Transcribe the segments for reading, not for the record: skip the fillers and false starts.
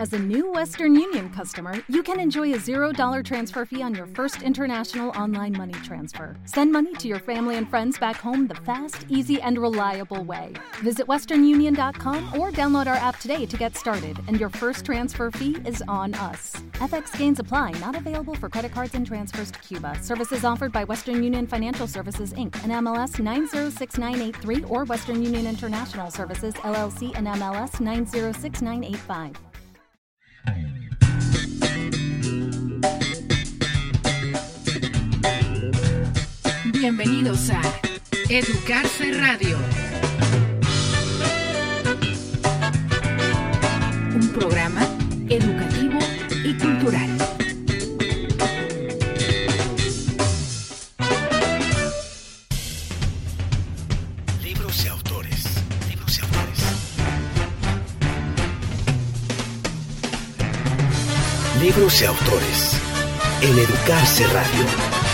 As a new Western Union customer, you can enjoy a $0 transfer fee on your first international online money transfer. Send money to your family and friends back home the fast, easy, and reliable way. Visit westernunion.com or download our app today to get started, and your first transfer fee is on us. FX gains apply, not available for credit cards and transfers to Cuba. Services offered by Western Union Financial Services, Inc., and MLS 906983, or Western Union International Services, LLC, and MLS 906985. Bienvenidos a Educarse Radio, un programa educativo y cultural. Libros y autores. Libros y autores. Libros y autores. En Educarse Radio.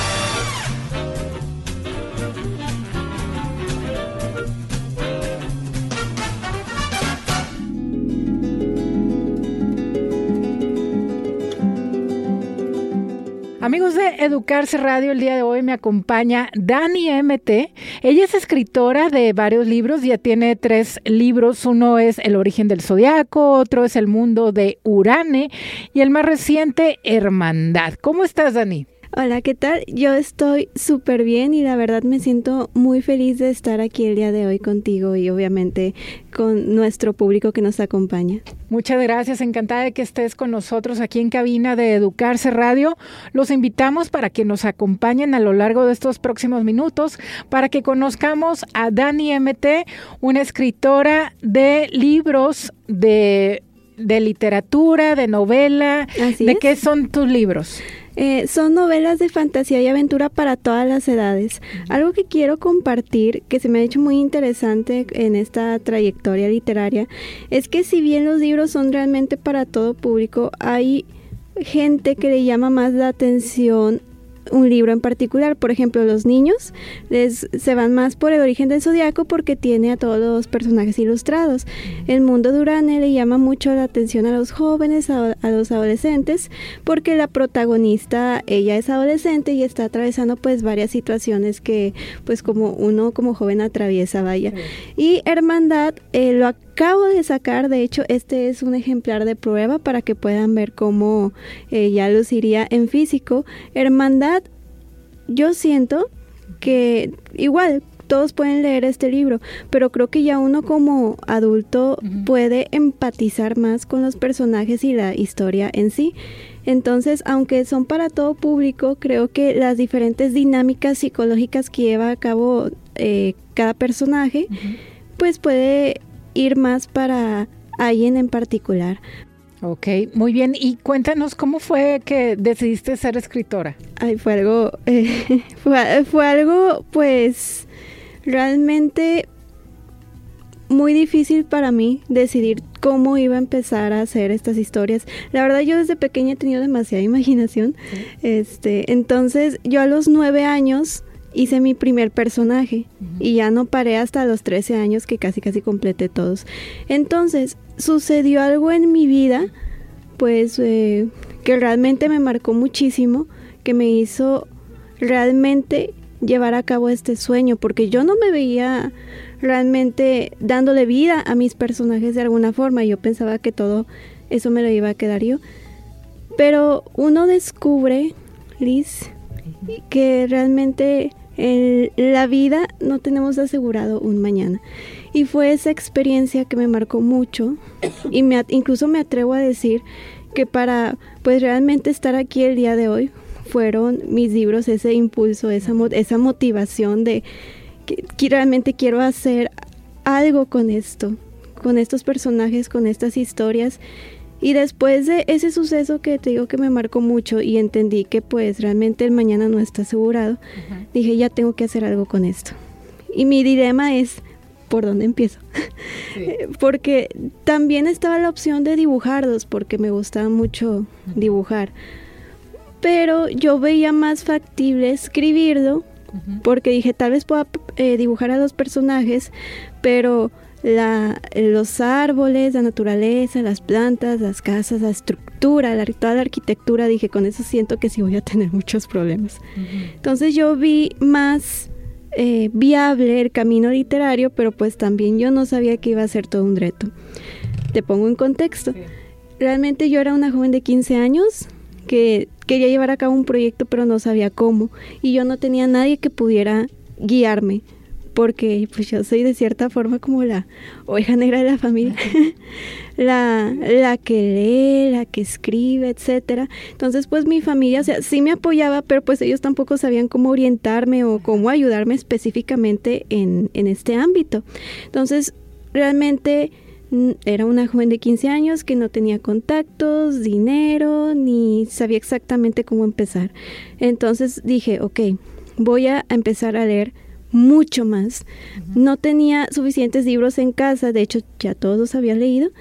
Amigos de Educarse Radio, el día de hoy me acompaña Dani MT. Ella es escritora de varios libros, ya tiene 3 libros. Uno es El origen del zodiaco, otro es El mundo de Urane y el más reciente, Hermandad. ¿Cómo estás, Dani? Hola, ¿qué tal? Yo estoy súper bien y la verdad me siento muy feliz de estar aquí el día de hoy contigo y obviamente con nuestro público que nos acompaña. Muchas gracias, encantada de que estés con nosotros aquí en cabina de Educarse Radio. Los invitamos para que nos acompañen a lo largo de estos próximos minutos para que conozcamos a Dani MT, una escritora de libros de literatura, de novela. Así ¿De es. qué son tus libros? Son novelas de fantasía y aventura para todas las edades. Algo que quiero compartir, que se me ha hecho muy interesante en esta trayectoria literaria, es que si bien los libros son realmente para todo público, hay gente que le llama más la atención un libro en particular. Por ejemplo, los niños se van más por El origen del zodiaco porque tiene a todos los personajes ilustrados. El mundo de Urane le llama mucho la atención a los jóvenes, a los adolescentes, porque la protagonista, ella es adolescente y está atravesando pues varias situaciones que pues como uno como joven atraviesa, vaya. Y Hermandad lo acabo de sacar, de hecho este es un ejemplar de prueba para que puedan ver cómo ya luciría en físico. Hermandad, yo siento que igual todos pueden leer este libro, pero creo que ya uno como adulto puede empatizar más con los personajes y la historia en sí. Entonces, aunque son para todo público, creo que las diferentes dinámicas psicológicas que lleva a cabo cada personaje, pues puede ir más para alguien en particular. Ok, muy bien. Y cuéntanos, ¿cómo fue que decidiste ser escritora? Ay, fue algo, pues, realmente muy difícil para mí decidir cómo iba a empezar a hacer estas historias. La verdad, yo desde pequeña he tenido demasiada imaginación. Entonces, yo a los 9 años hice mi primer personaje y ya no paré hasta los 13 años que casi completé todos. Entonces, sucedió algo en mi vida, pues, que realmente me marcó muchísimo, que me hizo realmente llevar a cabo este sueño, porque yo no me veía realmente dándole vida a mis personajes de alguna forma. Yo pensaba que todo eso me lo iba a quedar yo. Pero uno descubre, Liz, que realmente en la vida no tenemos asegurado un mañana. Y fue esa experiencia que me marcó mucho y incluso me atrevo a decir que para pues realmente estar aquí el día de hoy fueron mis libros, ese impulso, esa motivación de que realmente quiero hacer algo con esto, con estos personajes, con estas historias. Y después de ese suceso que te digo que me marcó mucho y entendí que pues realmente el mañana no está asegurado, dije ya tengo que hacer algo con esto. Y mi dilema es, ¿por dónde empiezo? Sí. Porque también estaba la opción de dibujarlos, porque me gustaba mucho dibujar. Pero yo veía más factible escribirlo, porque dije tal vez pueda dibujar a los personajes, pero los árboles, la naturaleza, las plantas, las casas, la estructura, toda la arquitectura. Dije, con eso siento que sí voy a tener muchos problemas. Entonces yo vi más viable el camino literario, pero pues también yo no sabía que iba a ser todo un reto. Te pongo en contexto. Realmente yo era una joven de 15 años que quería llevar a cabo un proyecto, pero no sabía cómo. Y yo no tenía nadie que pudiera guiarme, porque pues yo soy de cierta forma como la oveja negra de la familia, la que lee, la que escribe, etcétera. Entonces pues mi familia, o sea, sí me apoyaba, pero pues ellos tampoco sabían cómo orientarme o cómo ayudarme específicamente en este ámbito. Entonces realmente era una joven de 15 años que no tenía contactos, dinero, ni sabía exactamente cómo empezar. Entonces dije, ok, voy a empezar a leer mucho más. No tenía suficientes libros en casa, de hecho ya todos los había leído,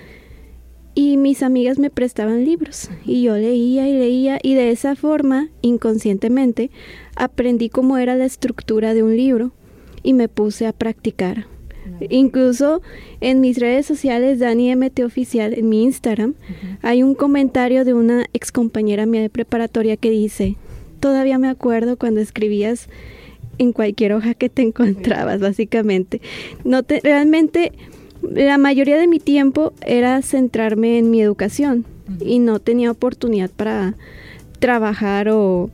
y mis amigas me prestaban libros y yo leía y de esa forma, inconscientemente, aprendí cómo era la estructura de un libro y me puse a practicar. Incluso en mis redes sociales, Dani MT Oficial, en mi Instagram, hay un comentario de una ex compañera mía de preparatoria que dice, todavía me acuerdo cuando escribías en cualquier hoja que te encontrabas, básicamente. Realmente, la mayoría de mi tiempo era centrarme en mi educación y no tenía oportunidad para trabajar o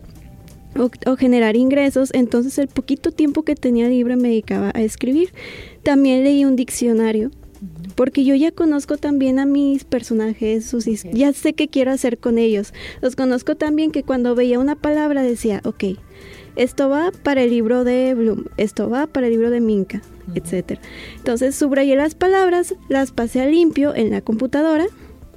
generar ingresos. Entonces el poquito tiempo que tenía libre me dedicaba a escribir. También leí un diccionario, porque yo ya conozco también a mis personajes, ya sé qué quiero hacer con ellos. Los conozco también, que cuando veía una palabra decía, ok, esto va para el libro de Bloom, esto va para el libro de Minka, etcétera. Entonces subrayé las palabras, las pasé a limpio en la computadora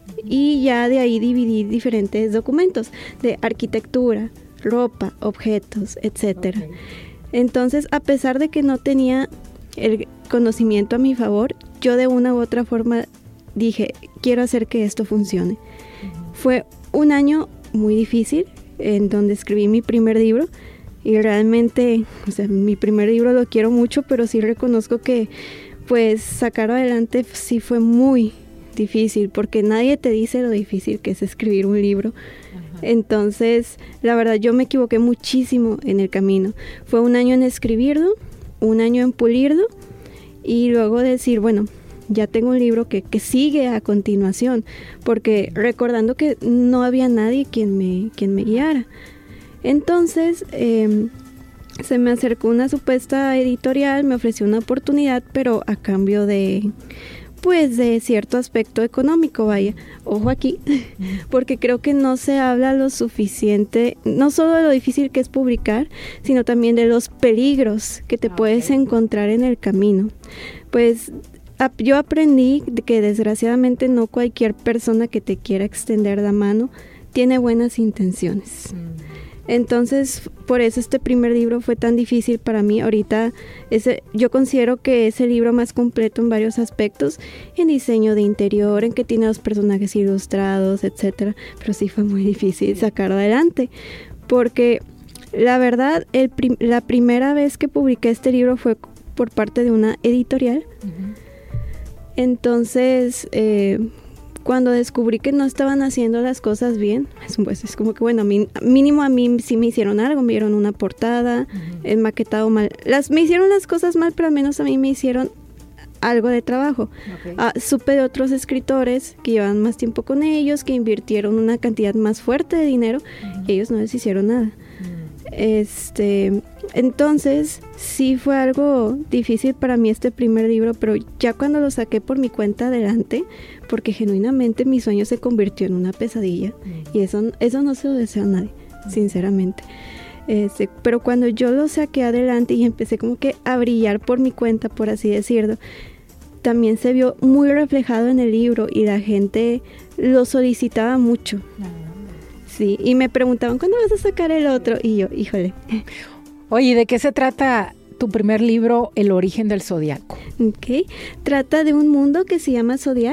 y ya de ahí dividí diferentes documentos de arquitectura, ropa, objetos, etcétera. Entonces, a pesar de que no tenía el conocimiento a mi favor, yo de una u otra forma dije, quiero hacer que esto funcione. Fue un año muy difícil en donde escribí mi primer libro y realmente, o sea, mi primer libro lo quiero mucho, pero sí reconozco que pues sacarlo adelante sí fue muy difícil, porque nadie te dice lo difícil que es escribir un libro. Entonces, la verdad, yo me equivoqué muchísimo en el camino. Fue un año en escribirlo, un año en pulirlo y luego decir, bueno, ya tengo un libro que sigue a continuación, porque recordando que no había nadie quien me guiara. Entonces, se me acercó una supuesta editorial, me ofreció una oportunidad, pero a cambio de cierto aspecto económico, vaya, ojo aquí, porque creo que no se habla lo suficiente, no solo de lo difícil que es publicar, sino también de los peligros que te puedes encontrar en el camino. Pues yo aprendí que desgraciadamente no cualquier persona que te quiera extender la mano tiene buenas intenciones. Entonces, por eso este primer libro fue tan difícil para mí. Ahorita yo considero que es el libro más completo en varios aspectos, en diseño de interior, en que tiene los personajes ilustrados, etcétera. Pero sí fue muy difícil sacarlo adelante, porque la verdad, la primera vez que publiqué este libro fue por parte de una editorial. Entonces, cuando descubrí que no estaban haciendo las cosas bien, pues es como que bueno, mínimo a mí sí me hicieron algo, me dieron una portada, el maquetado mal, me hicieron las cosas mal, pero al menos a mí me hicieron algo de trabajo. Supe de otros escritores que llevaban más tiempo con ellos, que invirtieron una cantidad más fuerte de dinero, y ellos no les hicieron nada. Entonces sí fue algo difícil para mí este primer libro, pero ya cuando lo saqué por mi cuenta adelante, porque genuinamente mi sueño se convirtió en una pesadilla, y eso no se lo deseo a nadie, sinceramente. Pero cuando yo lo saqué adelante y empecé como que a brillar por mi cuenta, por así decirlo, también se vio muy reflejado en el libro y la gente lo solicitaba mucho. Sí, y me preguntaban, ¿cuándo vas a sacar el otro? Y yo, híjole. Oye, ¿de qué se trata tu primer libro, El origen del Zodiaco? Ok, trata de un mundo que se llama Zodiac,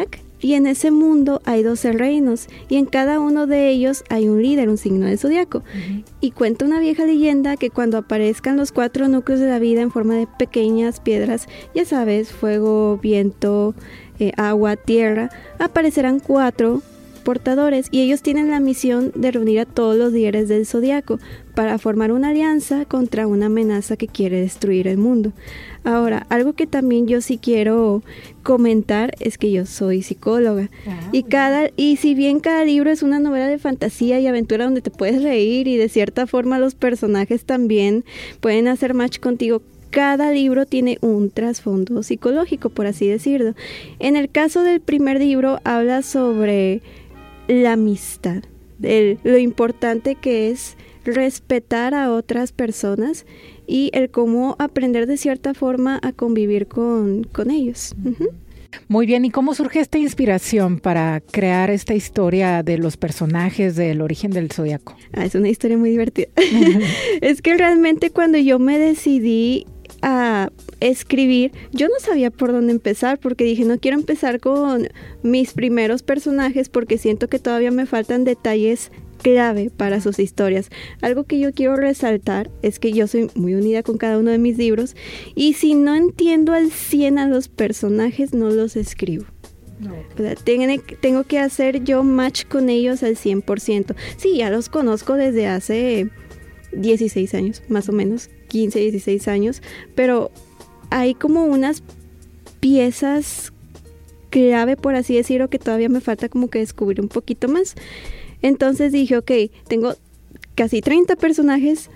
y en ese mundo hay 12 reinos y en cada uno de ellos hay un líder, un signo del zodiaco. Y cuenta una vieja leyenda que cuando aparezcan los 4 núcleos de la vida en forma de pequeñas piedras, ya sabes, fuego, viento, agua, tierra, aparecerán 4 portadores y ellos tienen la misión de reunir a todos los líderes del zodiaco para formar una alianza contra una amenaza que quiere destruir el mundo. Ahora, algo que también yo sí quiero comentar es que yo soy psicóloga y si bien cada libro es una novela de fantasía y aventura donde te puedes reír y de cierta forma los personajes también pueden hacer match contigo, cada libro tiene un trasfondo psicológico, por así decirlo. En el caso del primer libro habla sobre la amistad, lo importante que es respetar a otras personas y el cómo aprender de cierta forma a convivir con ellos. Muy bien, ¿y cómo surge esta inspiración para crear esta historia de los personajes del origen del zodiaco? Es una historia muy divertida. Es que realmente cuando yo me decidí a escribir, yo no sabía por dónde empezar porque dije, no quiero empezar con mis primeros personajes porque siento que todavía me faltan detalles clave para sus historias. Algo que yo quiero resaltar es que yo soy muy unida con cada uno de mis libros y si no entiendo al 100 a los personajes, no los escribo. No. O sea, tengo que hacer yo match con ellos al 100%. Sí, ya los conozco desde hace 16 años, más o menos, 15, 16 años, pero hay como unas piezas clave, por así decirlo, que todavía me falta como que descubrir un poquito más. Entonces dije, ok, tengo casi 30 personajes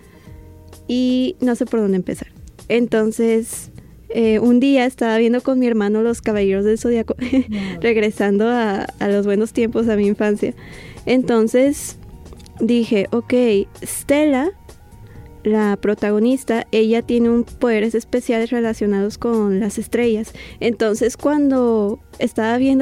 y no sé por dónde empezar. Entonces, un día estaba viendo con mi hermano Los Caballeros del Zodiaco, regresando a los buenos tiempos, a mi infancia. Entonces dije, ok, Stella, la protagonista, ella tiene un poderes especiales relacionados con las estrellas. Entonces cuando estaba viendo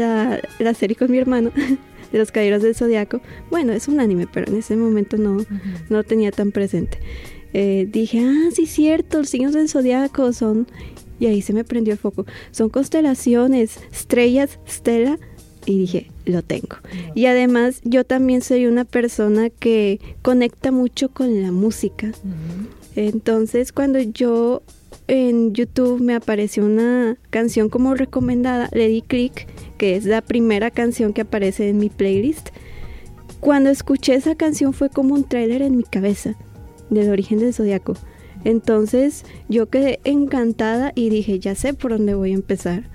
la serie con mi hermano de Los Caballeros del Zodiaco, bueno, es un anime, pero en ese momento no lo tenía tan presente. Dije, sí, cierto, los signos del zodiaco son, y ahí se me prendió el foco, son constelaciones, estrellas, Stella, y dije, lo tengo. Y además yo también soy una persona que conecta mucho con la música. Entonces cuando yo en YouTube me apareció una canción como recomendada, le di clic, que es la primera canción que aparece en mi playlist. Cuando escuché esa canción fue como un tráiler en mi cabeza del origen del zodiaco. Entonces yo quedé encantada y dije, ya sé por dónde voy a empezar.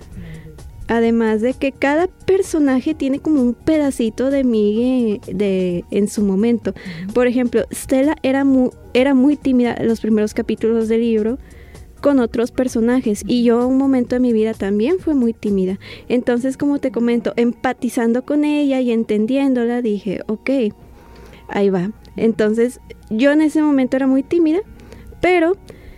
Además de que cada personaje tiene como un pedacito de mí en su momento. Por ejemplo, Stella era muy tímida en los primeros capítulos del libro con otros personajes. Y yo un momento de mi vida también fue muy tímida. Entonces, como te comento, empatizando con ella y entendiéndola, dije, ok, ahí va. Entonces, yo en ese momento era muy tímida, pero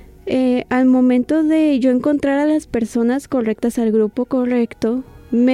al momento de yo encontrar a las personas correctas, al grupo correcto,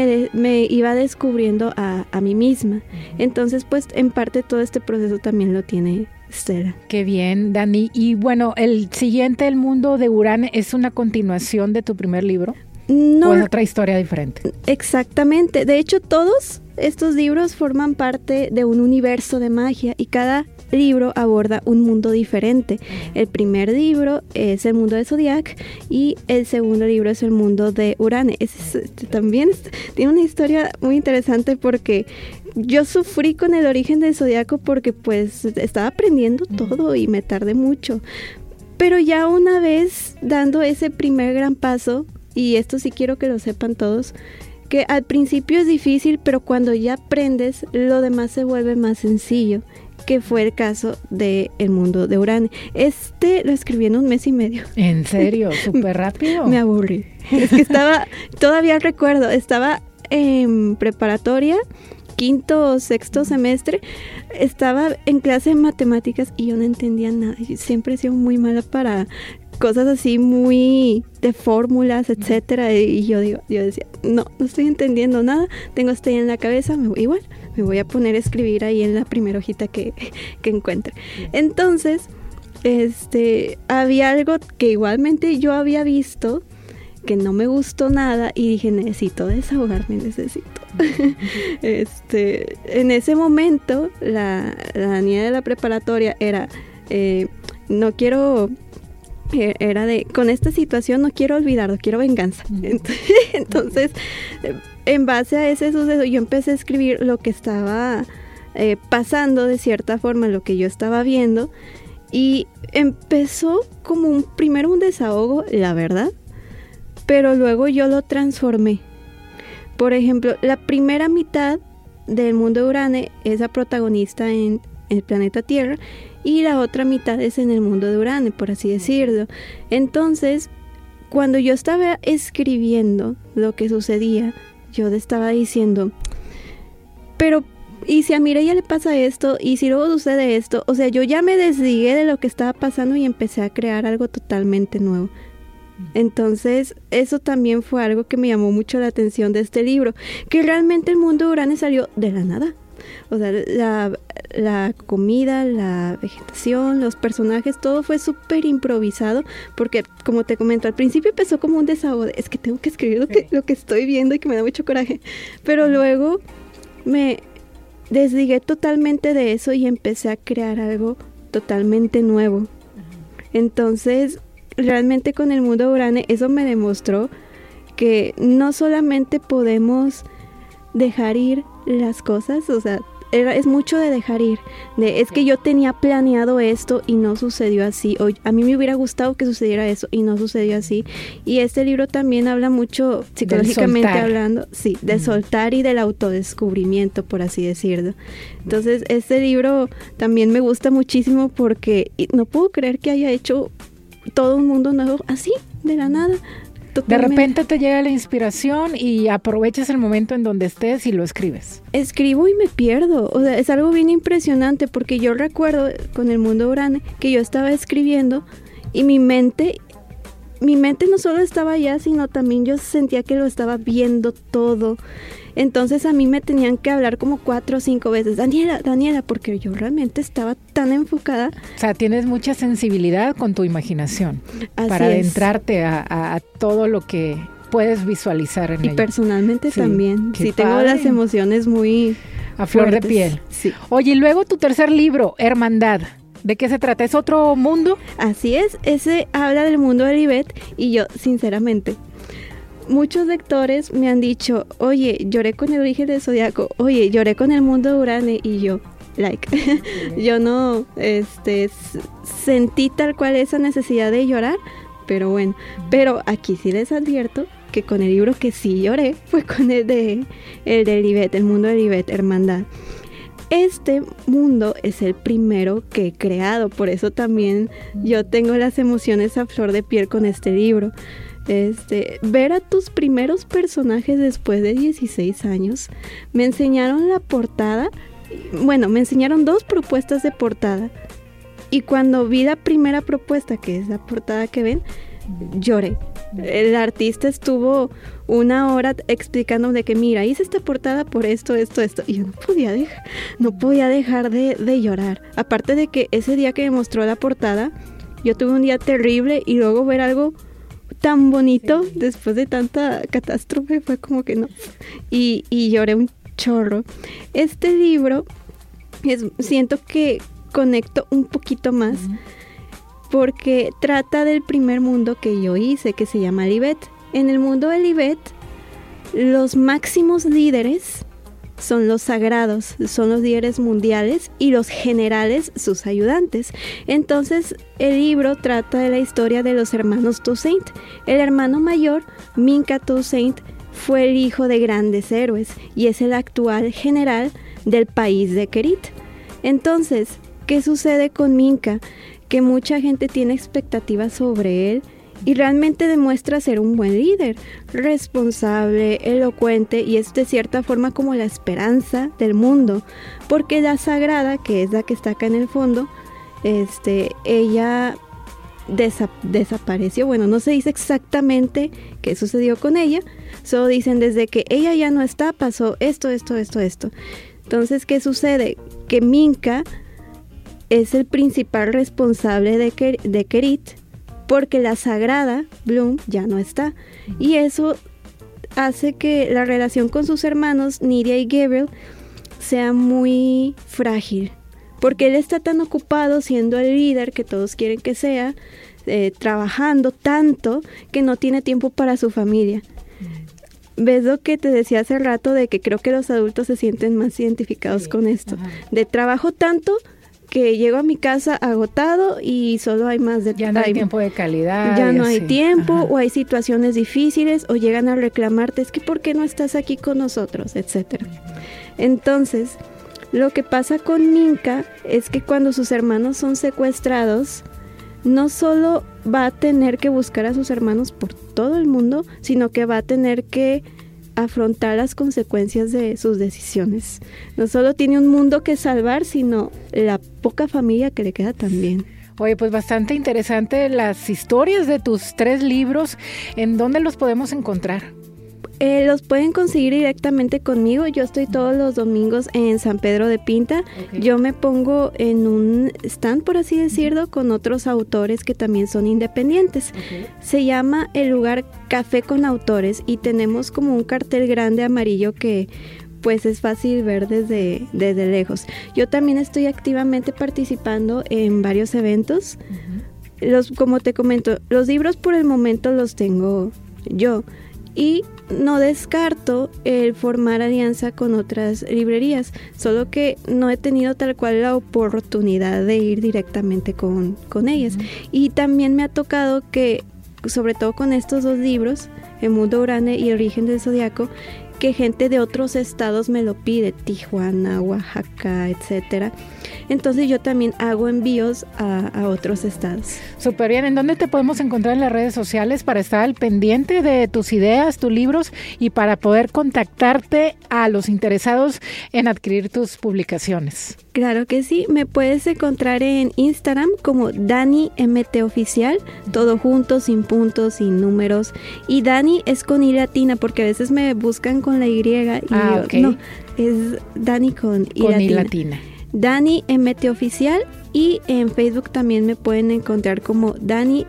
me iba descubriendo a mí misma. Entonces, pues, en parte todo este proceso también lo tiene Stella. Qué bien, Dani. Y bueno, el siguiente, El mundo de Urane, ¿es una continuación de tu primer libro? No. ¿O es otra historia diferente? Exactamente. De hecho, todos estos libros forman parte de un universo de magia y cada libro aborda un mundo diferente. El primer libro es el mundo de Zodiac y el segundo libro es el mundo de Urane. También tiene una historia muy interesante porque yo sufrí con el origen del Zodiaco porque pues estaba aprendiendo todo y me tardé mucho. Pero ya una vez dando ese primer gran paso, y esto sí quiero que lo sepan todos, que al principio es difícil, pero cuando ya aprendes, lo demás se vuelve más sencillo, que fue el caso de El mundo de Urane. Lo escribí en 1 mes y medio. ¿En serio? ¿Súper rápido? Me aburrí. Es que todavía recuerdo, estaba en preparatoria, 5º o 6º semestre, estaba en clase de matemáticas y yo no entendía nada. Yo siempre he sido muy mala para cosas así muy de fórmulas, etcétera, y yo decía, no estoy entendiendo nada, tengo esto ahí en la cabeza, me voy a poner a escribir ahí en la primera hojita que encuentre. Entonces, había algo que igualmente yo había visto que no me gustó nada y dije, necesito desahogarme, necesito En ese momento, la Daniela de la preparatoria era, no quiero... Era con esta situación no quiero olvidarlo, quiero venganza. Entonces, en base a ese suceso, yo empecé a escribir lo que estaba pasando de cierta forma, lo que yo estaba viendo, y empezó como primero un desahogo, la verdad, pero luego yo lo transformé. Por ejemplo, la primera mitad del mundo de Urane es la protagonista en el planeta Tierra, y la otra mitad es en el mundo de Urane, por así decirlo. Entonces, cuando yo estaba escribiendo lo que sucedía, yo le estaba diciendo, pero ¿y si a Mireia le pasa esto? ¿Y si luego sucede esto? O sea, yo ya me desligué de lo que estaba pasando y empecé a crear algo totalmente nuevo. Entonces, eso también fue algo que me llamó mucho la atención de este libro, que realmente el mundo de Urane salió de la nada. O sea, la comida, la vegetación, los personajes, todo fue súper improvisado, porque como te comento, al principio empezó como un desahogo, es que tengo que escribir lo que estoy viendo y que me da mucho coraje, pero luego me desligué totalmente de eso y empecé a crear algo totalmente nuevo. Entonces, realmente con el mundo de Urane, eso me demostró que no solamente podemos dejar ir las cosas, o sea, es mucho de dejar ir, es que yo tenía planeado esto y no sucedió así, o a mí me hubiera gustado que sucediera eso y no sucedió así. Y este libro también habla mucho, psicológicamente hablando, sí, de soltar y del autodescubrimiento, por así decirlo. Entonces, este libro también me gusta muchísimo porque no puedo creer que haya hecho todo un mundo nuevo así, de la nada. Totalmente. De repente te llega la inspiración y aprovechas el momento en donde estés y lo escribes. Escribo y me pierdo, o sea, es algo bien impresionante porque yo recuerdo con el mundo Urane que yo estaba escribiendo y mi mente no solo estaba allá, sino también yo sentía que lo estaba viendo todo. Entonces a mí me tenían que hablar como 4 o 5 veces, Daniela, porque yo realmente estaba tan enfocada. O sea, tienes mucha sensibilidad con tu imaginación para adentrarte a todo lo que puedes visualizar en ella. Y personalmente también, sí, padre. Tengo las emociones muy a flor fuertes. De piel. Sí. Oye, y luego tu tercer libro, Hermandad. ¿De qué se trata? ¿Es otro mundo? Así es, ese habla del mundo de Libet y yo, sinceramente, muchos lectores me han dicho, oye, lloré con el origen del Zodiaco, oye, lloré con el mundo de Urane, y yo, yo no sentí tal cual esa necesidad de llorar, pero bueno, pero aquí sí les advierto que con el libro que sí lloré fue con el de Libet, el mundo de Libet, Hermandad. Este mundo es el primero que he creado, por eso también yo tengo las emociones a flor de piel con este libro. Ver a tus primeros personajes después de 16 años, me enseñaron la portada, bueno, me enseñaron 2 propuestas de portada, y cuando vi la primera propuesta, que es la portada que ven, lloré. El artista estuvo 1 hora explicándome de que mira, hice esta portada por esto, y yo no podía dejar de llorar. Aparte de que ese día que me mostró la portada, yo tuve un día terrible, y luego ver algo tan bonito después de tanta catástrofe fue como que no, y lloré un chorro. Este libro siento que conecto un poquito más porque trata del primer mundo que yo hice, que se llama Libet. En el mundo de Libet, los máximos líderes son los sagrados, son los líderes mundiales, y los generales sus ayudantes. Entonces el libro trata de la historia de los hermanos Toussaint. El hermano mayor, Minka Toussaint, fue el hijo de grandes héroes y es el actual general del país de Kerit. Entonces, ¿qué sucede con Minka? Que mucha gente tiene expectativas sobre él y realmente demuestra ser un buen líder, responsable, elocuente, y es de cierta forma como la esperanza del mundo, porque la sagrada, que es la que está acá en el fondo, ella desapareció. Bueno, no se dice exactamente qué sucedió con ella, solo dicen desde que ella ya no está, pasó esto. Entonces, ¿qué sucede? Que Minka es el principal responsable de Kerit, porque la sagrada Bloom ya no está, y eso hace que la relación con sus hermanos, Nydia y Gabriel, sea muy frágil, porque él está tan ocupado siendo el líder que todos quieren que sea, trabajando tanto que no tiene tiempo para su familia. ¿Ves lo que te decía hace rato de que creo que los adultos se sienten más identificados con esto? De trabajo tanto que llego a mi casa agotado y solo hay más de ya no hay tiempo de calidad. Ya no hay tiempo, o hay situaciones difíciles, o llegan a reclamarte, es que ¿por qué no estás aquí con nosotros?, etcétera. Entonces, lo que pasa con Minka es que cuando sus hermanos son secuestrados, no solo va a tener que buscar a sus hermanos por todo el mundo, sino que va a tener que afrontar las consecuencias de sus decisiones. No solo tiene un mundo que salvar, sino la poca familia que le queda también. Oye, pues bastante interesante las historias de tus 3 libros. ¿En dónde los podemos encontrar? Los pueden conseguir directamente conmigo. Yo estoy todos los domingos en San Pedro de Pinta. Okay. Yo me pongo en un stand, por así decirlo, con otros autores que también son independientes. Okay. Se llama el lugar Café con Autores y tenemos como un cartel grande amarillo que pues es fácil ver desde lejos. Yo también estoy activamente participando en varios eventos. Como te comento, los libros por el momento los tengo yo. Y no descarto el formar alianza con otras librerías, solo que no he tenido tal cual la oportunidad de ir directamente con ellas. Y también me ha tocado que, sobre todo con estos 2 libros, El Mundo Urane y El Origen del Zodiaco, que gente de otros estados me lo pide, Tijuana, Oaxaca, etcétera. Entonces yo también hago envíos a otros estados. Súper bien. ¿En dónde te podemos encontrar en las redes sociales para estar al pendiente de tus ideas, tus libros y para poder contactarte a los interesados en adquirir tus publicaciones? Claro que sí. Me puedes encontrar en Instagram como Dani MT Oficial, todo junto, sin puntos, sin números. Y Dani es con I latina porque a veces me buscan con la Y y okay. No, es Dani con I latina. Dani MT Oficial, y en Facebook también me pueden encontrar como Dani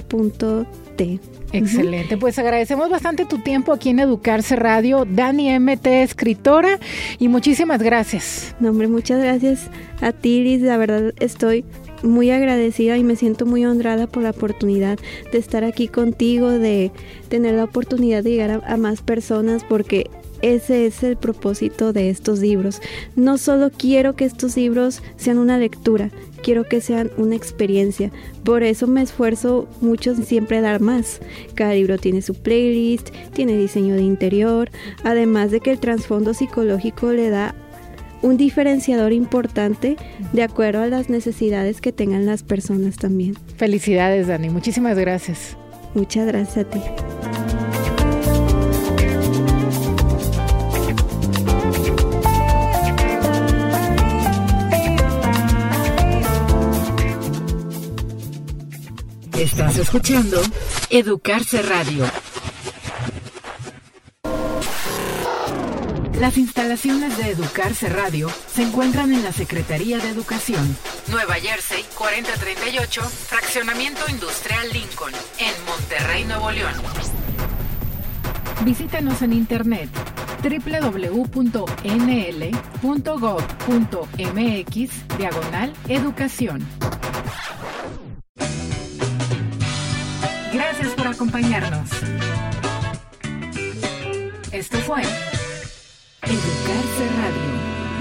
M.T. Excelente, pues agradecemos bastante tu tiempo aquí en Educarse Radio, Dani MT, escritora, y muchísimas gracias. No, hombre, muchas gracias a ti, Liz, la verdad estoy muy agradecida y me siento muy honrada por la oportunidad de estar aquí contigo, de tener la oportunidad de llegar a más personas, porque ese es el propósito de estos libros. No solo quiero que estos libros sean una lectura, quiero que sean una experiencia. Por eso me esfuerzo mucho en siempre dar más. Cada libro tiene su playlist, tiene diseño de interior, además de que el trasfondo psicológico le da un diferenciador importante de acuerdo a las necesidades que tengan las personas también. Felicidades, Dani. Muchísimas gracias. Muchas gracias a ti. Estás escuchando Educarse Radio. Las instalaciones de Educarse Radio se encuentran en la Secretaría de Educación, Nueva Jersey, 4038, Fraccionamiento Industrial Lincoln, en Monterrey, Nuevo León. Visítanos en internet www.nl.gov.mx/educación. Gracias por acompañarnos. Esto fue Educarse Radio.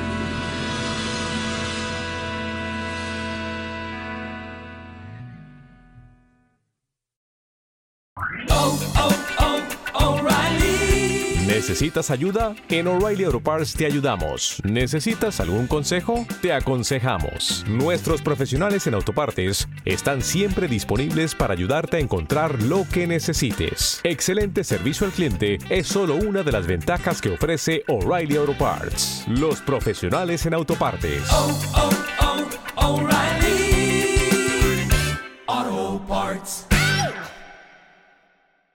¿Necesitas ayuda? En O'Reilly Auto Parts te ayudamos. ¿Necesitas algún consejo? Te aconsejamos. Nuestros profesionales en autopartes están siempre disponibles para ayudarte a encontrar lo que necesites. Excelente servicio al cliente es solo una de las ventajas que ofrece O'Reilly Auto Parts. Los profesionales en autopartes.